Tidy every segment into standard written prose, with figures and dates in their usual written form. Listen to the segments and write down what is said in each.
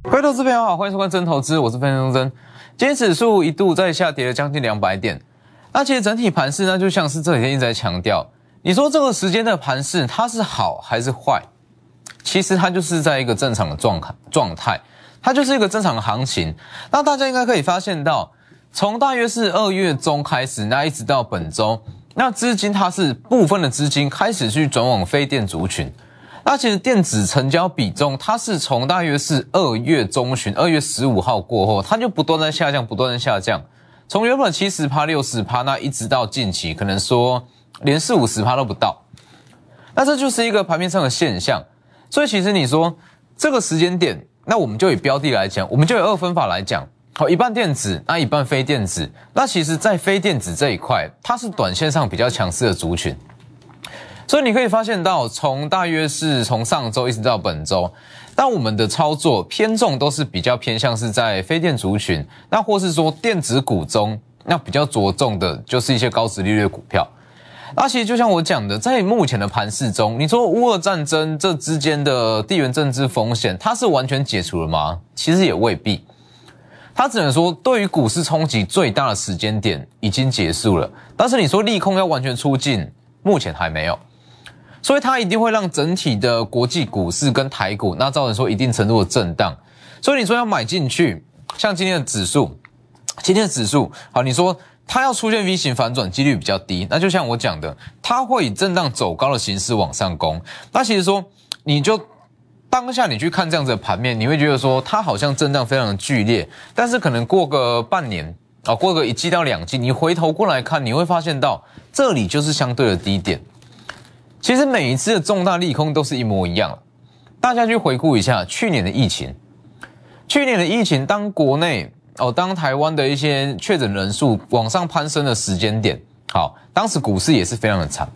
各位投资朋友好，欢迎收看真投资，我是分析师真。今天指数一度在下跌了将近200点，那其实整体盘势呢，就像是这几天一直在强调，你说这个时间的盘势它是好还是坏？其实它就是在一个正常的状态，它就是一个正常的行情。那大家应该可以发现到，从大约是2月中开始，那一直到本周，那资金它是部分的资金开始去转往非电族群。那其实电子成交比重，它是从大约是2月中旬，2月15号过后，它就不断在下降，不断在下降。从原本70%、60%，那一直到近期，可能说连40-50%都不到。那这就是一个盘面上的现象。所以其实你说这个时间点，那我们就以标的来讲，我们就以二分法来讲，好，一半电子，那一半非电子。那其实在非电子这一块，它是短线上比较强势的族群。所以你可以发现到，从大约是从上周一直到本周，但我们的操作偏重都是比较偏向是在非电族群，那或是说电子股中，那比较着重的就是一些高殖利率的股票。那其实就像我讲的，在目前的盘势中，你说乌俄战争这之间的地缘政治风险，它是完全解除了吗？其实也未必，它只能说对于股市冲击最大的时间点已经结束了，但是你说利空要完全出尽，目前还没有。所以它一定会让整体的国际股市跟台股，那造成说一定程度的震荡。所以你说要买进去，像今天的指数，好，你说它要出现 V 型反转几率比较低，那就像我讲的，它会以震荡走高的形式往上攻。那其实说，你就当下你去看这样子的盘面，你会觉得说它好像震荡非常的剧烈，但是可能过个半年啊，过个1季到2季，你回头过来看，你会发现到这里就是相对的低点。其实每一次的重大利空都是一模一样，大家去回顾一下去年的疫情。当国内当台湾的一些确诊人数往上攀升的时间点，好，当时股市也是非常的惨，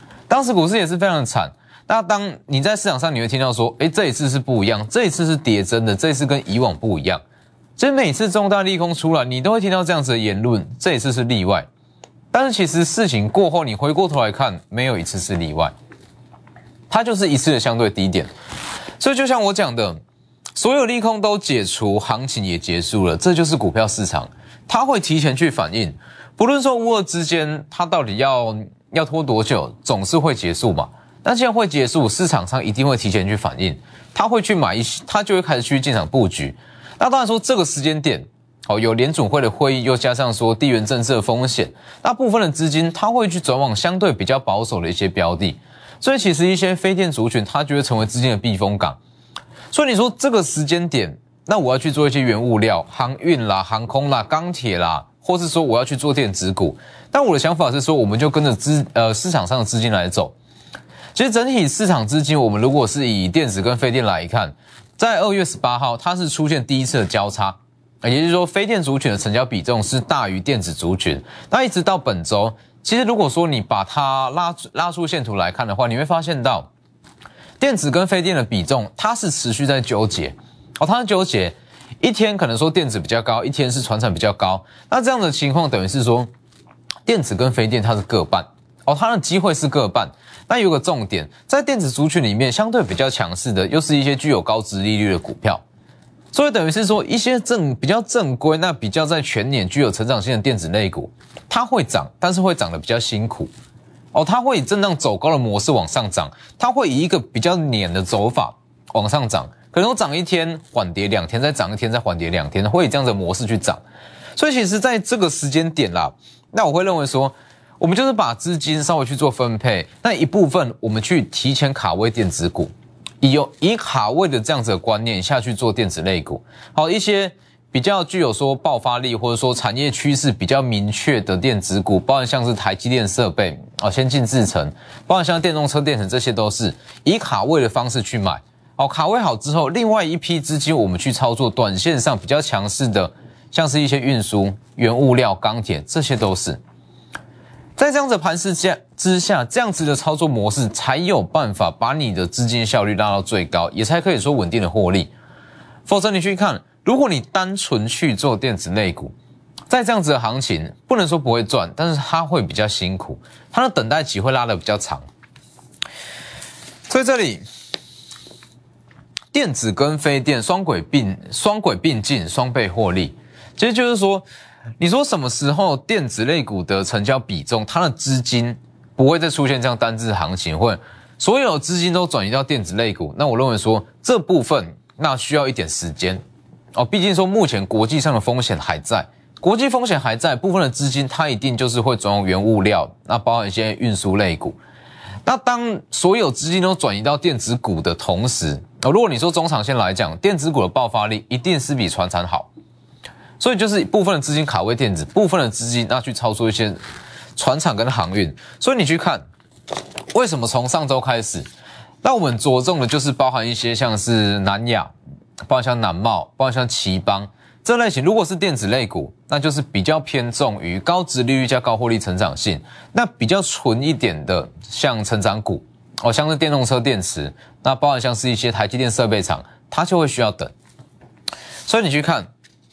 那当你在市场上你会听到说，这一次是不一样，这一次是跌真的，这一次跟以往不一样。其实每次重大利空出来，你都会听到这样子的言论，这一次是例外。但是其实事情过后，你回过头来看，没有一次是例外，它就是一次的相对低点。所以就像我讲的，所有利空都解除，行情也结束了，这就是股票市场，它会提前去反应。不论说乌俄之间它到底要拖多久，总是会结束嘛。那既然会结束，市场上一定会提前去反应，它会去买它就会开始去进场布局。那当然说这个时间点，有联准会的会议，又加上说地缘政治的风险，那部分的资金它会去转往相对比较保守的一些标的，所以其实一些非电族群它就会成为资金的避风港。所以你说这个时间点，那我要去做一些原物料、航运啦、航空啦、钢铁啦，或是说我要去做电子股，但我的想法是说，我们就跟着市场上的资金来走。其实整体市场资金，我们如果是以电子跟非电来看，在2月18号，它是出现第一次的交叉。也就是说，非电族群的成交比重是大于电子族群。那一直到本周，其实如果说你把它拉出线图来看的话，你会发现到电子跟非电的比重，它是持续在纠结。它是纠结，一天可能说电子比较高，一天是传产比较高。那这样的情况等于是说，电子跟非电它是各半。它的机会是各半。那有个重点，在电子族群里面，相对比较强势的，又是一些具有高殖利率的股票。所以等于是说，一些比较正规，那比较在全年具有成长性的电子类股，它会涨，但是会涨得比较辛苦。它会以震荡走高的模式往上涨，它会以一个比较碾的走法往上涨，可能涨1天缓跌2天，再涨1天再缓跌2天，会以这样的模式去涨。所以其实在这个时间点啦，那我会认为说，我们就是把资金稍微去做分配，那一部分我们去提前卡位电子股。以卡位的这样子的观念下去做电子类股，好，一些比较具有说爆发力或者说产业趋势比较明确的电子股，包含像是台积电设备、先进制程，包含像电动车电程，这些都是以卡位的方式去买。卡位好之后，另外一批资金我们去操作短线上比较强势的，像是一些运输、原物料、钢铁，这些都是。在这样子的盘势之下，这样子的操作模式才有办法把你的资金效率拉到最高，也才可以说稳定的获利。否则你去看，如果你单纯去做电子类股，在这样子的行情，不能说不会赚，但是它会比较辛苦，它的等待期会拉得比较长。所以这里电子跟非电双轨并进，双倍获利。其实就是说，你说什么时候电子类股的成交比重，它的资金不会再出现这样单日行情，或者所有资金都转移到电子类股？那我认为说这部分那需要一点时间哦，毕竟说目前国际上的风险还在。国际风险还在，部分的资金它一定就是会转用原物料，那包含一些运输类股。那当所有资金都转移到电子股的同时，如果你说中长线来讲，电子股的爆发力一定是比传产好，所以就是部分的资金卡位电子，部分的资金那去操作一些传产跟航运。所以你去看，为什么从上周开始，那我们着重的就是包含一些像是南亚，包含像南茂，包含像奇邦。这类型如果是电子类股，那就是比较偏重于高殖利率加高获利成长性。那比较纯一点的，像成长股像是电动车电池，那包含像是一些台积电设备厂，它就会需要等。所以你去看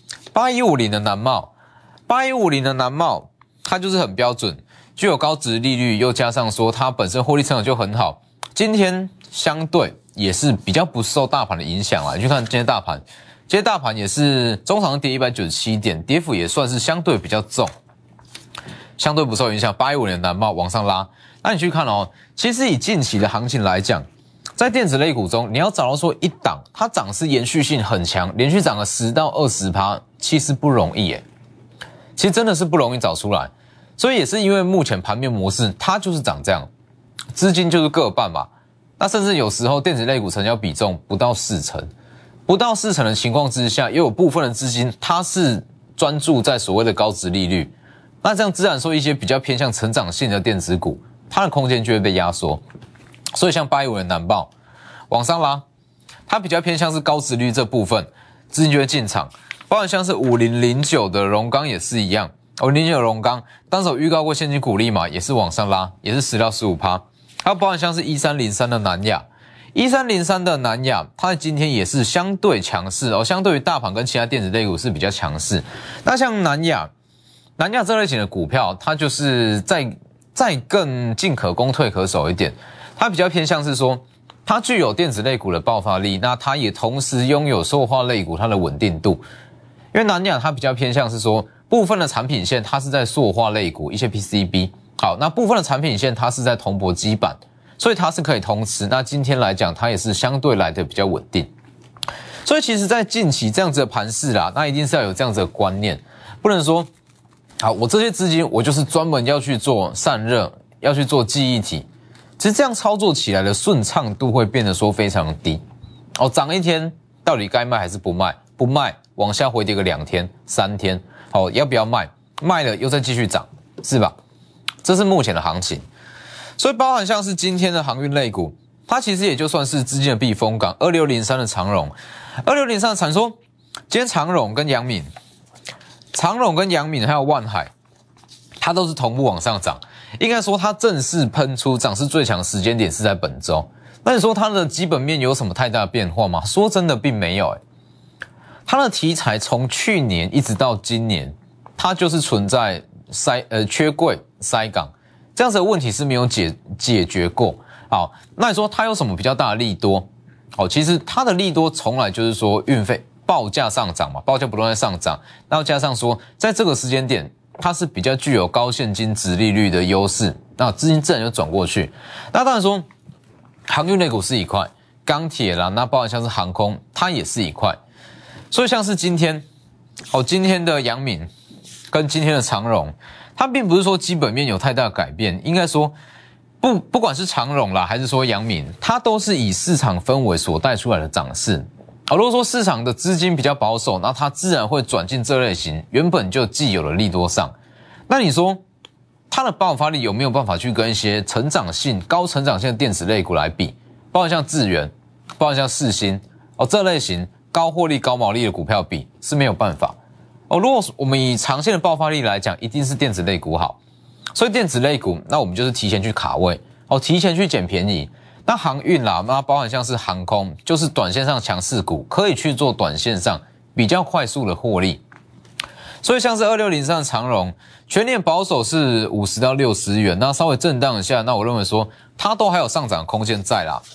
8150的南茂，8150的南茂，它就是很标准，具有高殖利率，又加上说它本身获利成长就很好。今天相对也是比较不受大盘的影响啦。你去看今天大盘。今天大盘也是中场跌197点，跌幅也算是相对比较重，相对不受影响。8150的南茂往上拉，那你去看哦，其实以近期的行情来讲，在电子类股中，你要找到说一档它涨势延续性很强，连续涨了10到20%，其实不容易耶。其实真的是不容易找出来，所以也是因为目前盘面模式它就是长这样，资金就是各半嘛。那甚至有时候电子类股成交比重不到40%。不到40%的情况之下，又有部分的资金它是专注在所谓的高殖利率，那这样自然说一些比较偏向成长性的电子股，它的空间就会被压缩。所以像8150的南茂往上拉，它比较偏向是高殖利率这部分，资金就会进场。包含像是5009的荣钢也是一样，5009的荣钢当时有预告过现金股利嘛，也是往上拉，也是10到15%。还有包含像是1303的南亚。1303的南亚，它在今天也是相对强势相对于大盘跟其他电子类股是比较强势。那像南亚这类型的股票，它就是再更进可攻退可守一点，它比较偏向是说，它具有电子类股的爆发力，那它也同时拥有塑化类股它的稳定度。因为南亚它比较偏向是说，部分的产品线它是在塑化类股，一些 PCB， 好，那部分的产品线它是在铜箔基板。所以它是可以同时，那今天来讲，它也是相对来的比较稳定。所以其实，在近期这样子的盘势啦，那一定是要有这样子的观念，不能说，好，我这些资金我就是专门要去做散热，要去做记忆体，其实这样操作起来的顺畅度会变得说非常低。涨一天到底该卖还是不卖？不卖，往下回跌个2天、3天，要不要卖？卖了又再继续涨，是吧？这是目前的行情。所以包含像是今天的航运类股，它其实也就算是资金的避风港。2603的长荣，2603的传说，今天长荣跟阳明还有万海，它都是同步往上涨。应该说它正式喷出涨势最强时间点是在本周。那你说它的基本面有什么太大的变化吗？说真的并没有它的题材从去年一直到今年，它就是存在缺柜塞港。这样子的问题是没有解决过。好，那你说它有什么比较大的利多？其实它的利多从来就是说运费报价上涨嘛，报价不断在上涨，然后加上说在这个时间点，它是比较具有高现金殖利率的优势，那资金自然就转过去。那当然说航运类股是一块，钢铁啦，那包含像是航空，它也是一块。所以像是今天的阳明跟今天的长荣。它并不是说基本面有太大的改变，应该说不管是长荣啦，还是说阳明，它都是以市场氛围所带出来的涨势。如果说市场的资金比较保守，那它自然会转进这类型原本就既有的利多上。那你说它的爆发力有没有办法去跟一些高成长性的电子类股来比？包含像智原，包含像世芯这类型高获利高毛利的股票比是没有办法。如果我们以长线的爆发力来讲，一定是电子类股好。所以电子类股，那我们就是提前去卡位，提前去捡便宜。那航运啦，那包含像是航空，就是短线上强势股，可以去做短线上比较快速的获利。所以像是2603的长荣，全年保守是50到60元，那稍微震荡一下，那我认为说它都还有上涨空间在啦。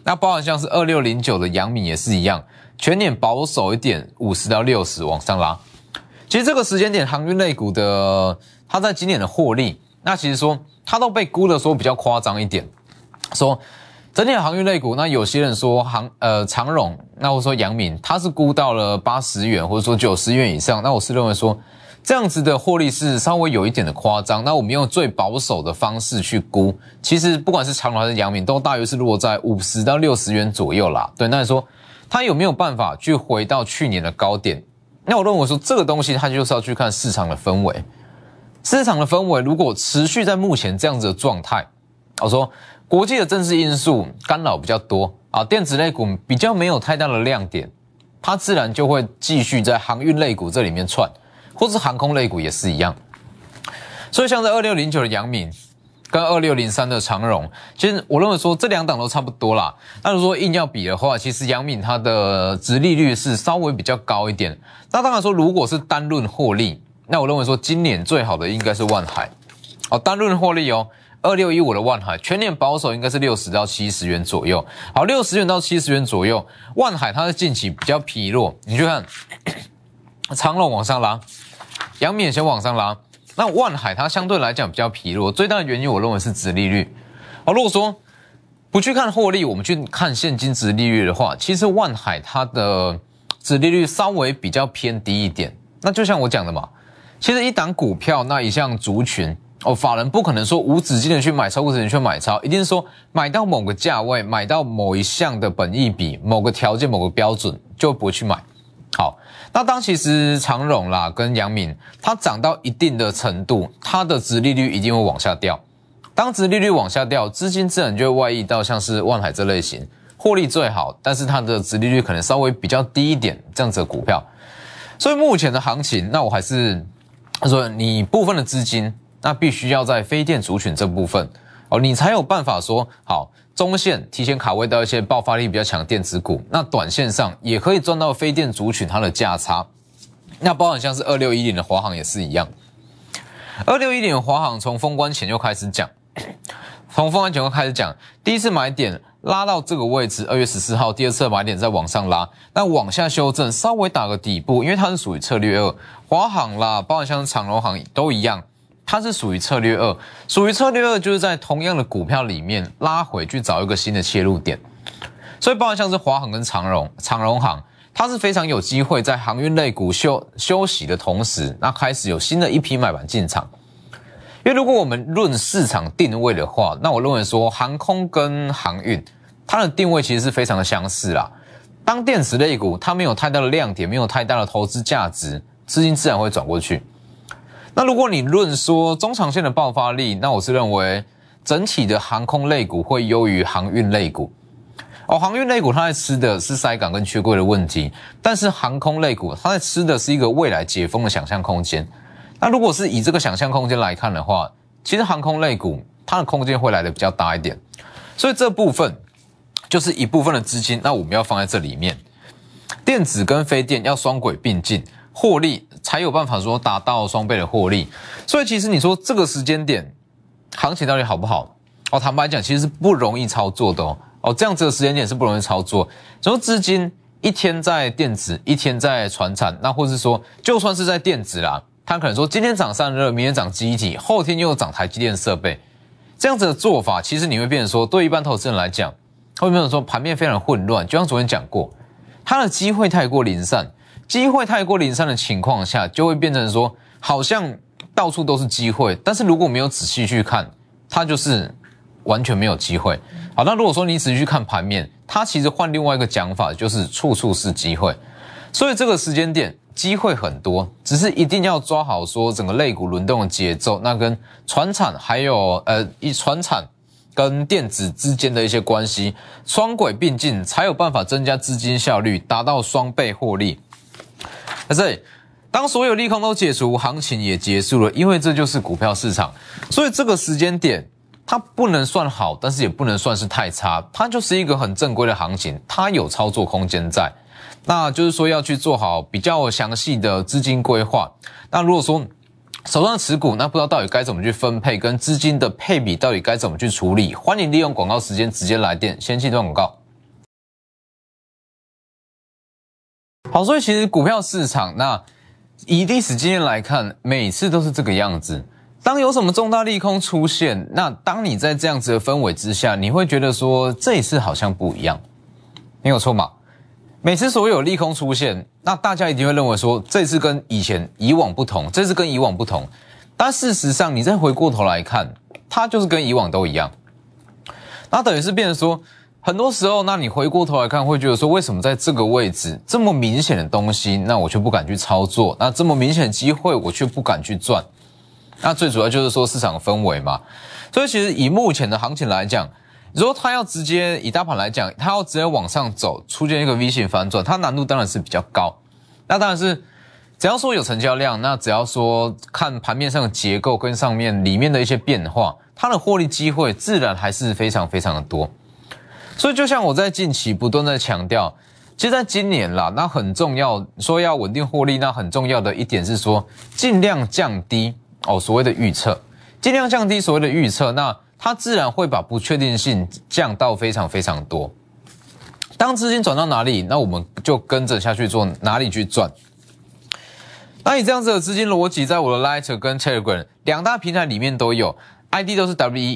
那包含像是2609的阳明也是一样，全年保守一点，50到60往上拉。其实这个时间点，航运类股的它在今年的获利，那其实说它都被估的说比较夸张一点，说整体的航运类股，那有些人说长荣，那或者说阳明，它是估到了80元或者说90元以上，那我是认为说这样子的获利是稍微有一点的夸张。那我们用最保守的方式去估，其实不管是长荣还是阳明，都大约是落在50到60元左右啦。对，那你说它有没有办法去回到去年的高点？那我认为说这个东西它就是要去看市场的氛围，市场的氛围如果持续在目前这样子的状态，我说国际的政治因素干扰比较多啊，电子类股比较没有太大的亮点，它自然就会继续在航运类股这里面串，或是航空类股也是一样。所以像在2609的阳明跟2603的长荣，其实我认为说这两档都差不多啦。那如果说硬要比的话，其实阳明它的殖利率是稍微比较高一点。那当然说如果是单论获利，那我认为说今年最好的应该是万海哦，单论获利哦，2615的万海全年保守应该是60到70元左右。好，60元到70元左右，万海它的近期比较疲弱，你去看长荣往上拉，阳明也先往上拉。那万海它相对来讲比较疲弱，最大的原因我认为是殖利率。好，如果说不去看获利，我们去看现金殖利率的话，其实万海它的殖利率稍微比较偏低一点。那就像我讲的嘛，其实一档股票那一项族群法人不可能说无止境的去买超，无止境的去买超，一定是说买到某个价位，买到某一项的本益比，某个条件，某个标准就不会去买。好，那当其实长荣啦跟阳明它涨到一定的程度，它的殖利率一定会往下掉。当殖利率往下掉，资金自然就会外溢到像是万海这类型，获利最好，但是它的殖利率可能稍微比较低一点这样子的股票。所以目前的行情，那我还是说你部分的资金，那必须要在非电族群这部分你才有办法说好。中线提前卡位到一些爆发力比较强的电子股，那短线上也可以赚到非电族群它的价差。那包含像是2610的华航也是一样，2610的华航从封关前就开始讲，第一次买点拉到这个位置，2月14号，第二次买点再往上拉，那往下修正，稍微打个底部，因为它是属于策略2，华航啦，包含像是长荣航都一样。它是属于策略2，属于策略2就是在同样的股票里面拉回去找一个新的切入点，所以包含像是华航跟长荣航，它是非常有机会在航运类股休息的同时，那开始有新的一批买盘进场。因为如果我们论市场定位的话，那我认为说航空跟航运它的定位其实是非常的相似啦。当电子类股它没有太大的亮点，没有太大的投资价值，资金自然会转过去。那如果你论说中长线的爆发力，那我是认为整体的航空类股会优于航运类股。航运类股它在吃的是塞港跟缺柜的问题，但是航空类股它在吃的是一个未来解封的想象空间。那如果是以这个想象空间来看的话，其实航空类股它的空间会来的比较大一点，所以这部分就是一部分的资金，那我们要放在这里面，电子跟非电要双轨并进，获利才有办法说达到双倍的获利。所以其实你说这个时间点行情到底好不好坦白讲其实是不容易操作的这样子的时间点是不容易操作。说资金一天在电子，一天在传产，那或是说就算是在电子啦，它可能说今天涨散热，明天涨记忆体，后天又涨台积电设备，这样子的做法其实你会变成说对一般投资人来讲会变成说盘面非常混乱。就像昨天讲过，它的机会太过零散，的情况下，就会变成说好像到处都是机会，但是如果没有仔细去看，它就是完全没有机会。好，那如果说你仔细去看盘面，它其实换另外一个讲法，就是处处是机会。所以这个时间点机会很多，只是一定要抓好说整个类股轮动的节奏，那跟传产还有传产跟电子之间的一些关系，双轨并进才有办法增加资金效率，达到双倍获利。在这里，当所有利空都解除，行情也结束了，因为这就是股票市场，所以这个时间点它不能算好，但是也不能算是太差，它就是一个很正规的行情，它有操作空间在。那就是说要去做好比较详细的资金规划。那如果说手上持股，那不知道到底该怎么去分配，跟资金的配比到底该怎么去处理，欢迎利用广告时间直接来电，先进段广告。 好，所以其实股票市场那以历史经验来看，每次都是这个样子。当有什么重大利空出现，那当你在这样子的氛围之下，你会觉得说这一次好像不一样，没有错嘛？每次所有利空出现，那大家一定会认为说这次跟以往不同，这次跟以往不同。但事实上，你再回过头来看，它就是跟以往都一样。那等于是变成说，很多时候，那你回过头来看，会觉得说，为什么在这个位置这么明显的东西，那我却不敢去操作？那这么明显的机会，我却不敢去赚？那最主要就是说市场氛围嘛。所以其实以目前的行情来讲，如果它要直接以大盘来讲，它要直接往上走，出现一个 V 型反转，它难度当然是比较高。那当然是只要说有成交量，那只要说看盘面上的结构跟上面里面的一些变化，它的获利机会自然还是非常非常的多。所以就像我在近期不断在强调，其实在今年啦，那很重要，说要稳定获利，那很重要的一点是说，尽量降低所谓的预测，尽量降低所谓的预测，那它自然会把不确定性降到非常非常多。当资金转到哪里，那我们就跟着下去做哪里去赚。那以这样子的资金逻辑，在我的 Lighter 跟 Telegram 两大平台里面都有。ID 都是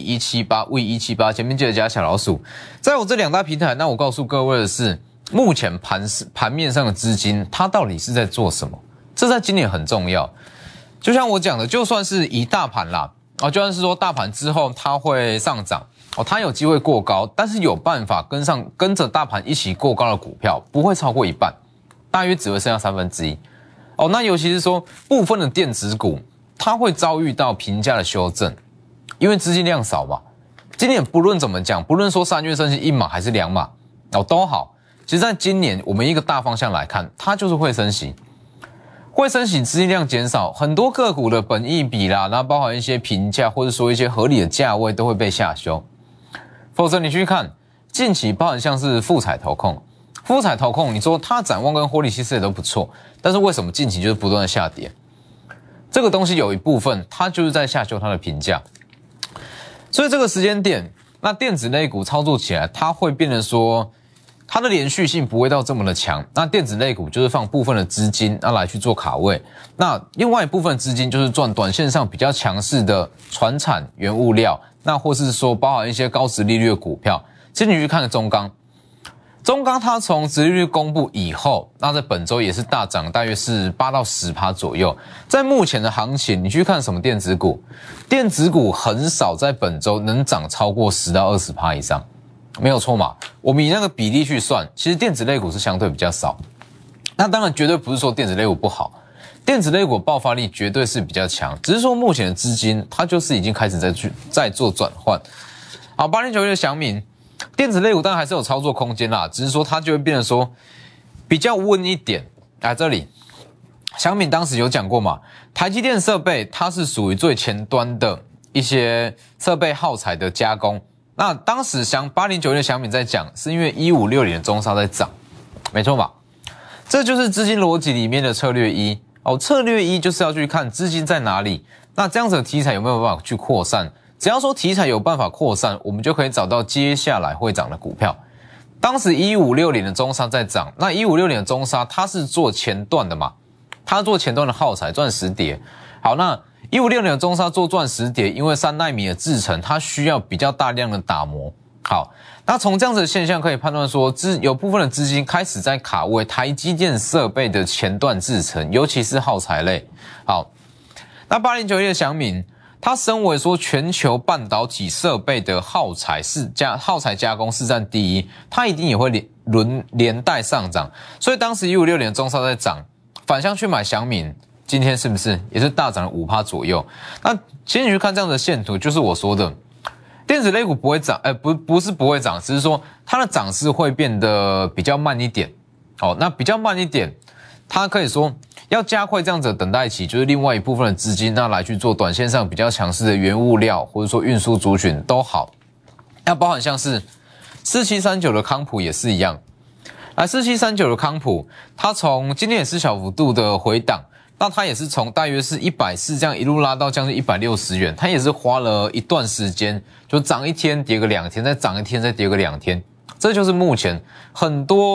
W178V178，前面记得加小老鼠。在我这两大平台，那我告诉各位的是，目前盘面上的资金，它到底是在做什么？这在今年很重要。就像我讲的，就算是以大盘啦，就算是说大盘之后它会上涨，它有机会过高，但是有办法跟着大盘一起过高的股票，不会超过一半，大约只会剩下1/3。那尤其是说部分的电子股，它会遭遇到评价的修正。因为资金量少嘛，今年不论怎么讲，不论说3月升息1码还是2码都好，其实在今年我们一个大方向来看，它就是会升息，会升息，资金量减少，很多个股的本益比啦，然后包含一些评价或者说一些合理的价位都会被下修。否则你去看近期包含像是富彩投控，你说它展望跟获利其实也都不错，但是为什么近期就是不断的下跌？这个东西有一部分它就是在下修它的评价。所以这个时间点，那电子类股操作起来，它会变成说，它的连续性不会到这么的强。那电子类股就是放部分的资金，来去做卡位。那另外一部分资金就是赚短线上比较强势的传产、原物料，那或是说包含一些高殖利率的股票。其实你去看中钢它从殖利率公布以后，那在本周也是大涨，大约是8到10%左右。在目前的行情，你去看什么电子股？电子股很少在本周能涨超过10到20%以上，没有错嘛？我们以那个比例去算，其实电子类股是相对比较少。那当然绝对不是说电子类股不好，电子类股爆发力绝对是比较强，只是说目前的资金它就是已经开始在做转换。好，8091的祥敏。电子类股当然还是有操作空间啦，只是说它就会变得说比较温一点。这里祥敏当时有讲过嘛，台积电设备它是属于最前端的一些设备耗材的加工。那当时8091的祥敏在讲，是因为1560的中砂在涨，没错嘛？这就是资金逻辑里面的策略一。策略一就是要去看资金在哪里，那这样子的题材有没有办法去扩散？只要说题材有办法扩散，我们就可以找到接下来会涨的股票。当时1560的中砂在涨，那1560的中砂它是做前段的嘛，它做前段的耗材钻石碟。好，那1560的中砂做钻石碟，因为3奈米的制程，它需要比较大量的打磨。好，那从这样子的现象可以判断说，有部分的资金开始在卡位台积电设备的前段制程，尤其是耗材类。好，那8091的祥敏。它身为说全球半导体设备的耗材加工市占第一，它一定也会连带上涨。所以当时1560的中砂在涨，反向去买祥敏，今天是不是也是大涨了5%左右？那其实你去看这样的线图，就是我说的，电子类股不会涨，不是不会涨，只是说它的涨势会变得比较慢一点。那比较慢一点，它可以说要加快这样子的等待期，就是另外一部分的资金，那来去做短线上比较强势的原物料，或者说运输族群都好。那包含像是4739的康普也是一样。4739的康普，它从今天也是小幅度的回档，那它也是从大约是140这样一路拉到将近160元，它也是花了一段时间，就涨一天跌个2天，再涨一天再跌个2天，这就是目前很多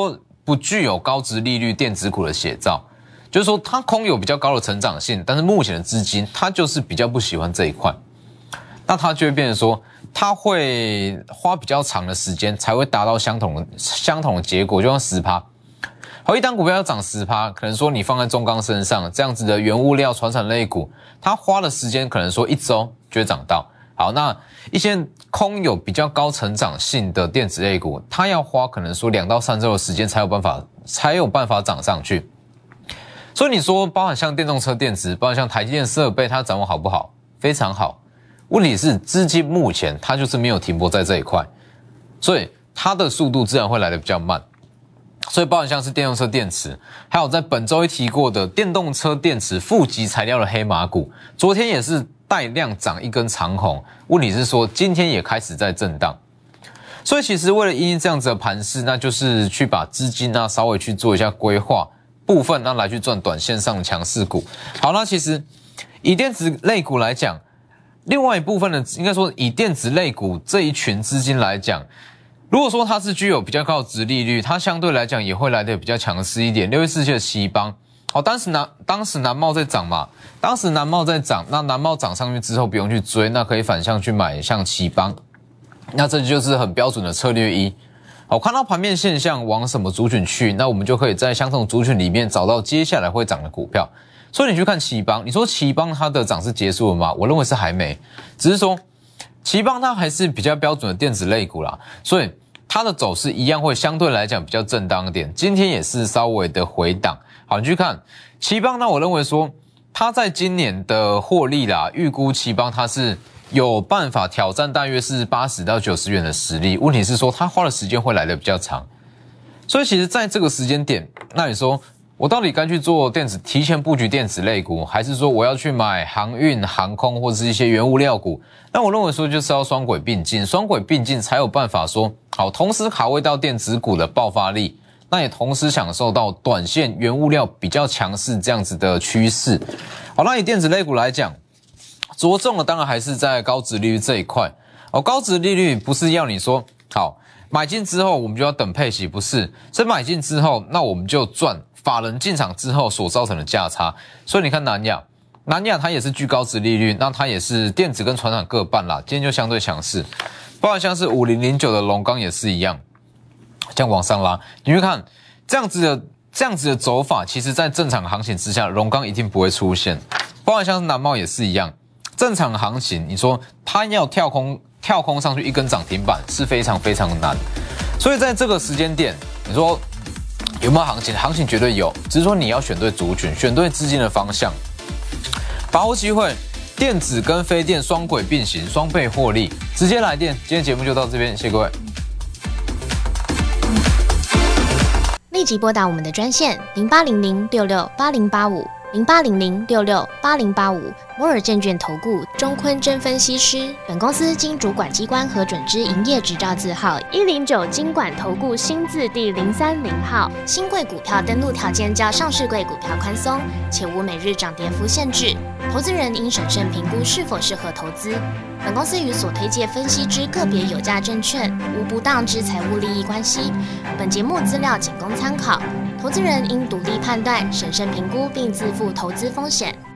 不具有高殖利率电子股的写照，就是说它空有比较高的成长性，但是目前的资金它就是比较不喜欢这一块，那它就会变成说，它会花比较长的时间才会达到相同的结果，就像10%。好，一档股票要涨10%，可能说你放在中钢身上这样子的原物料传产类股，它花的时间可能说1周就会涨到。好，那一些空有比较高成长性的电子类股，它要花可能说2到3周的时间才有办法涨上去。所以你说，包含像电动车电子，包含像台积电设备，它展望好不好？非常好。问题是资金目前它就是没有停泊在这一块，所以它的速度自然会来得比较慢。所以包含像是电动车电池，还有在本周一提过的电动车电池负极材料的黑马股，昨天也是带量涨一根长红，问题是说今天也开始在震荡。所以其实为了因应这样子的盘势，那就是去把资金稍微去做一下规划部分，那来去赚短线上的强势股。好，那其实以电子类股来讲，另外一部分的应该说以电子类股这一群资金来讲，如果说它是具有比较高的殖利率，它相对来讲也会来得比较强势一点。6月47的奇邦，好，当时南茂在涨嘛，那南茂涨上去之后不用去追，那可以反向去买像奇邦，那这就是很标准的策略一。好，看到盘面现象往什么族群去，那我们就可以在相同族群里面找到接下来会涨的股票。所以你去看奇邦，你说奇邦它的涨势结束了吗？我认为是还没，只是说奇邦它还是比较标准的电子类股啦，所以它的走势一样会相对来讲比较震荡一点。今天也是稍微的回档。好，你去看奇邦，那我认为说它在今年的获利啦，预估奇邦它是有办法挑战大约是80到90元的实力。问题是说它花的时间会来得比较长，所以其实在这个时间点，那你说我到底该去做提前布局电子类股，还是说我要去买航运、航空或者是一些原物料股？那我认为说就是要双轨并进，双轨并进才有办法说好，同时卡位到电子股的爆发力，那也同时享受到短线原物料比较强势这样子的趋势。好，那以电子类股来讲，着重的当然还是在高殖利率这一块。高殖利率不是要你说好买进之后我们就要等配息，不是，是买进之后那我们就赚法人进场之后所造成的价差。所以你看南亚它也是具高殖利率，那它也是电子跟传产各半啦，今天就相对强势。包括像是5009的龙钢也是一样，这样往上拉，你会看这样子的走法，其实在正常行情之下，龙钢一定不会出现。包括像是南茂也是一样，正常行情你说它要跳空上去一根涨停板是非常非常难。所以在这个时间点，你说有没有行情？行情绝对有，只是说你要选对族群，选对资金的方向，把握机会。电子跟非电双轨并行，双倍获利，直接来电。今天节目就到这边，谢谢各位。 立即拨打我们的专线08006680850800668085。摩尔证券投顾钟坤真分析师。本公司经主管机关核准之营业执照字号109金管投顾新字第030号。新贵股票登录条件较上市贵股票宽松，且无每日涨跌幅限制。投资人应审慎评估是否适合投资。本公司与所推介分析之个别有价证券无不当之财务利益关系。本节目资料仅供参考，投资人应独立判断、审慎评估并自负投资风险。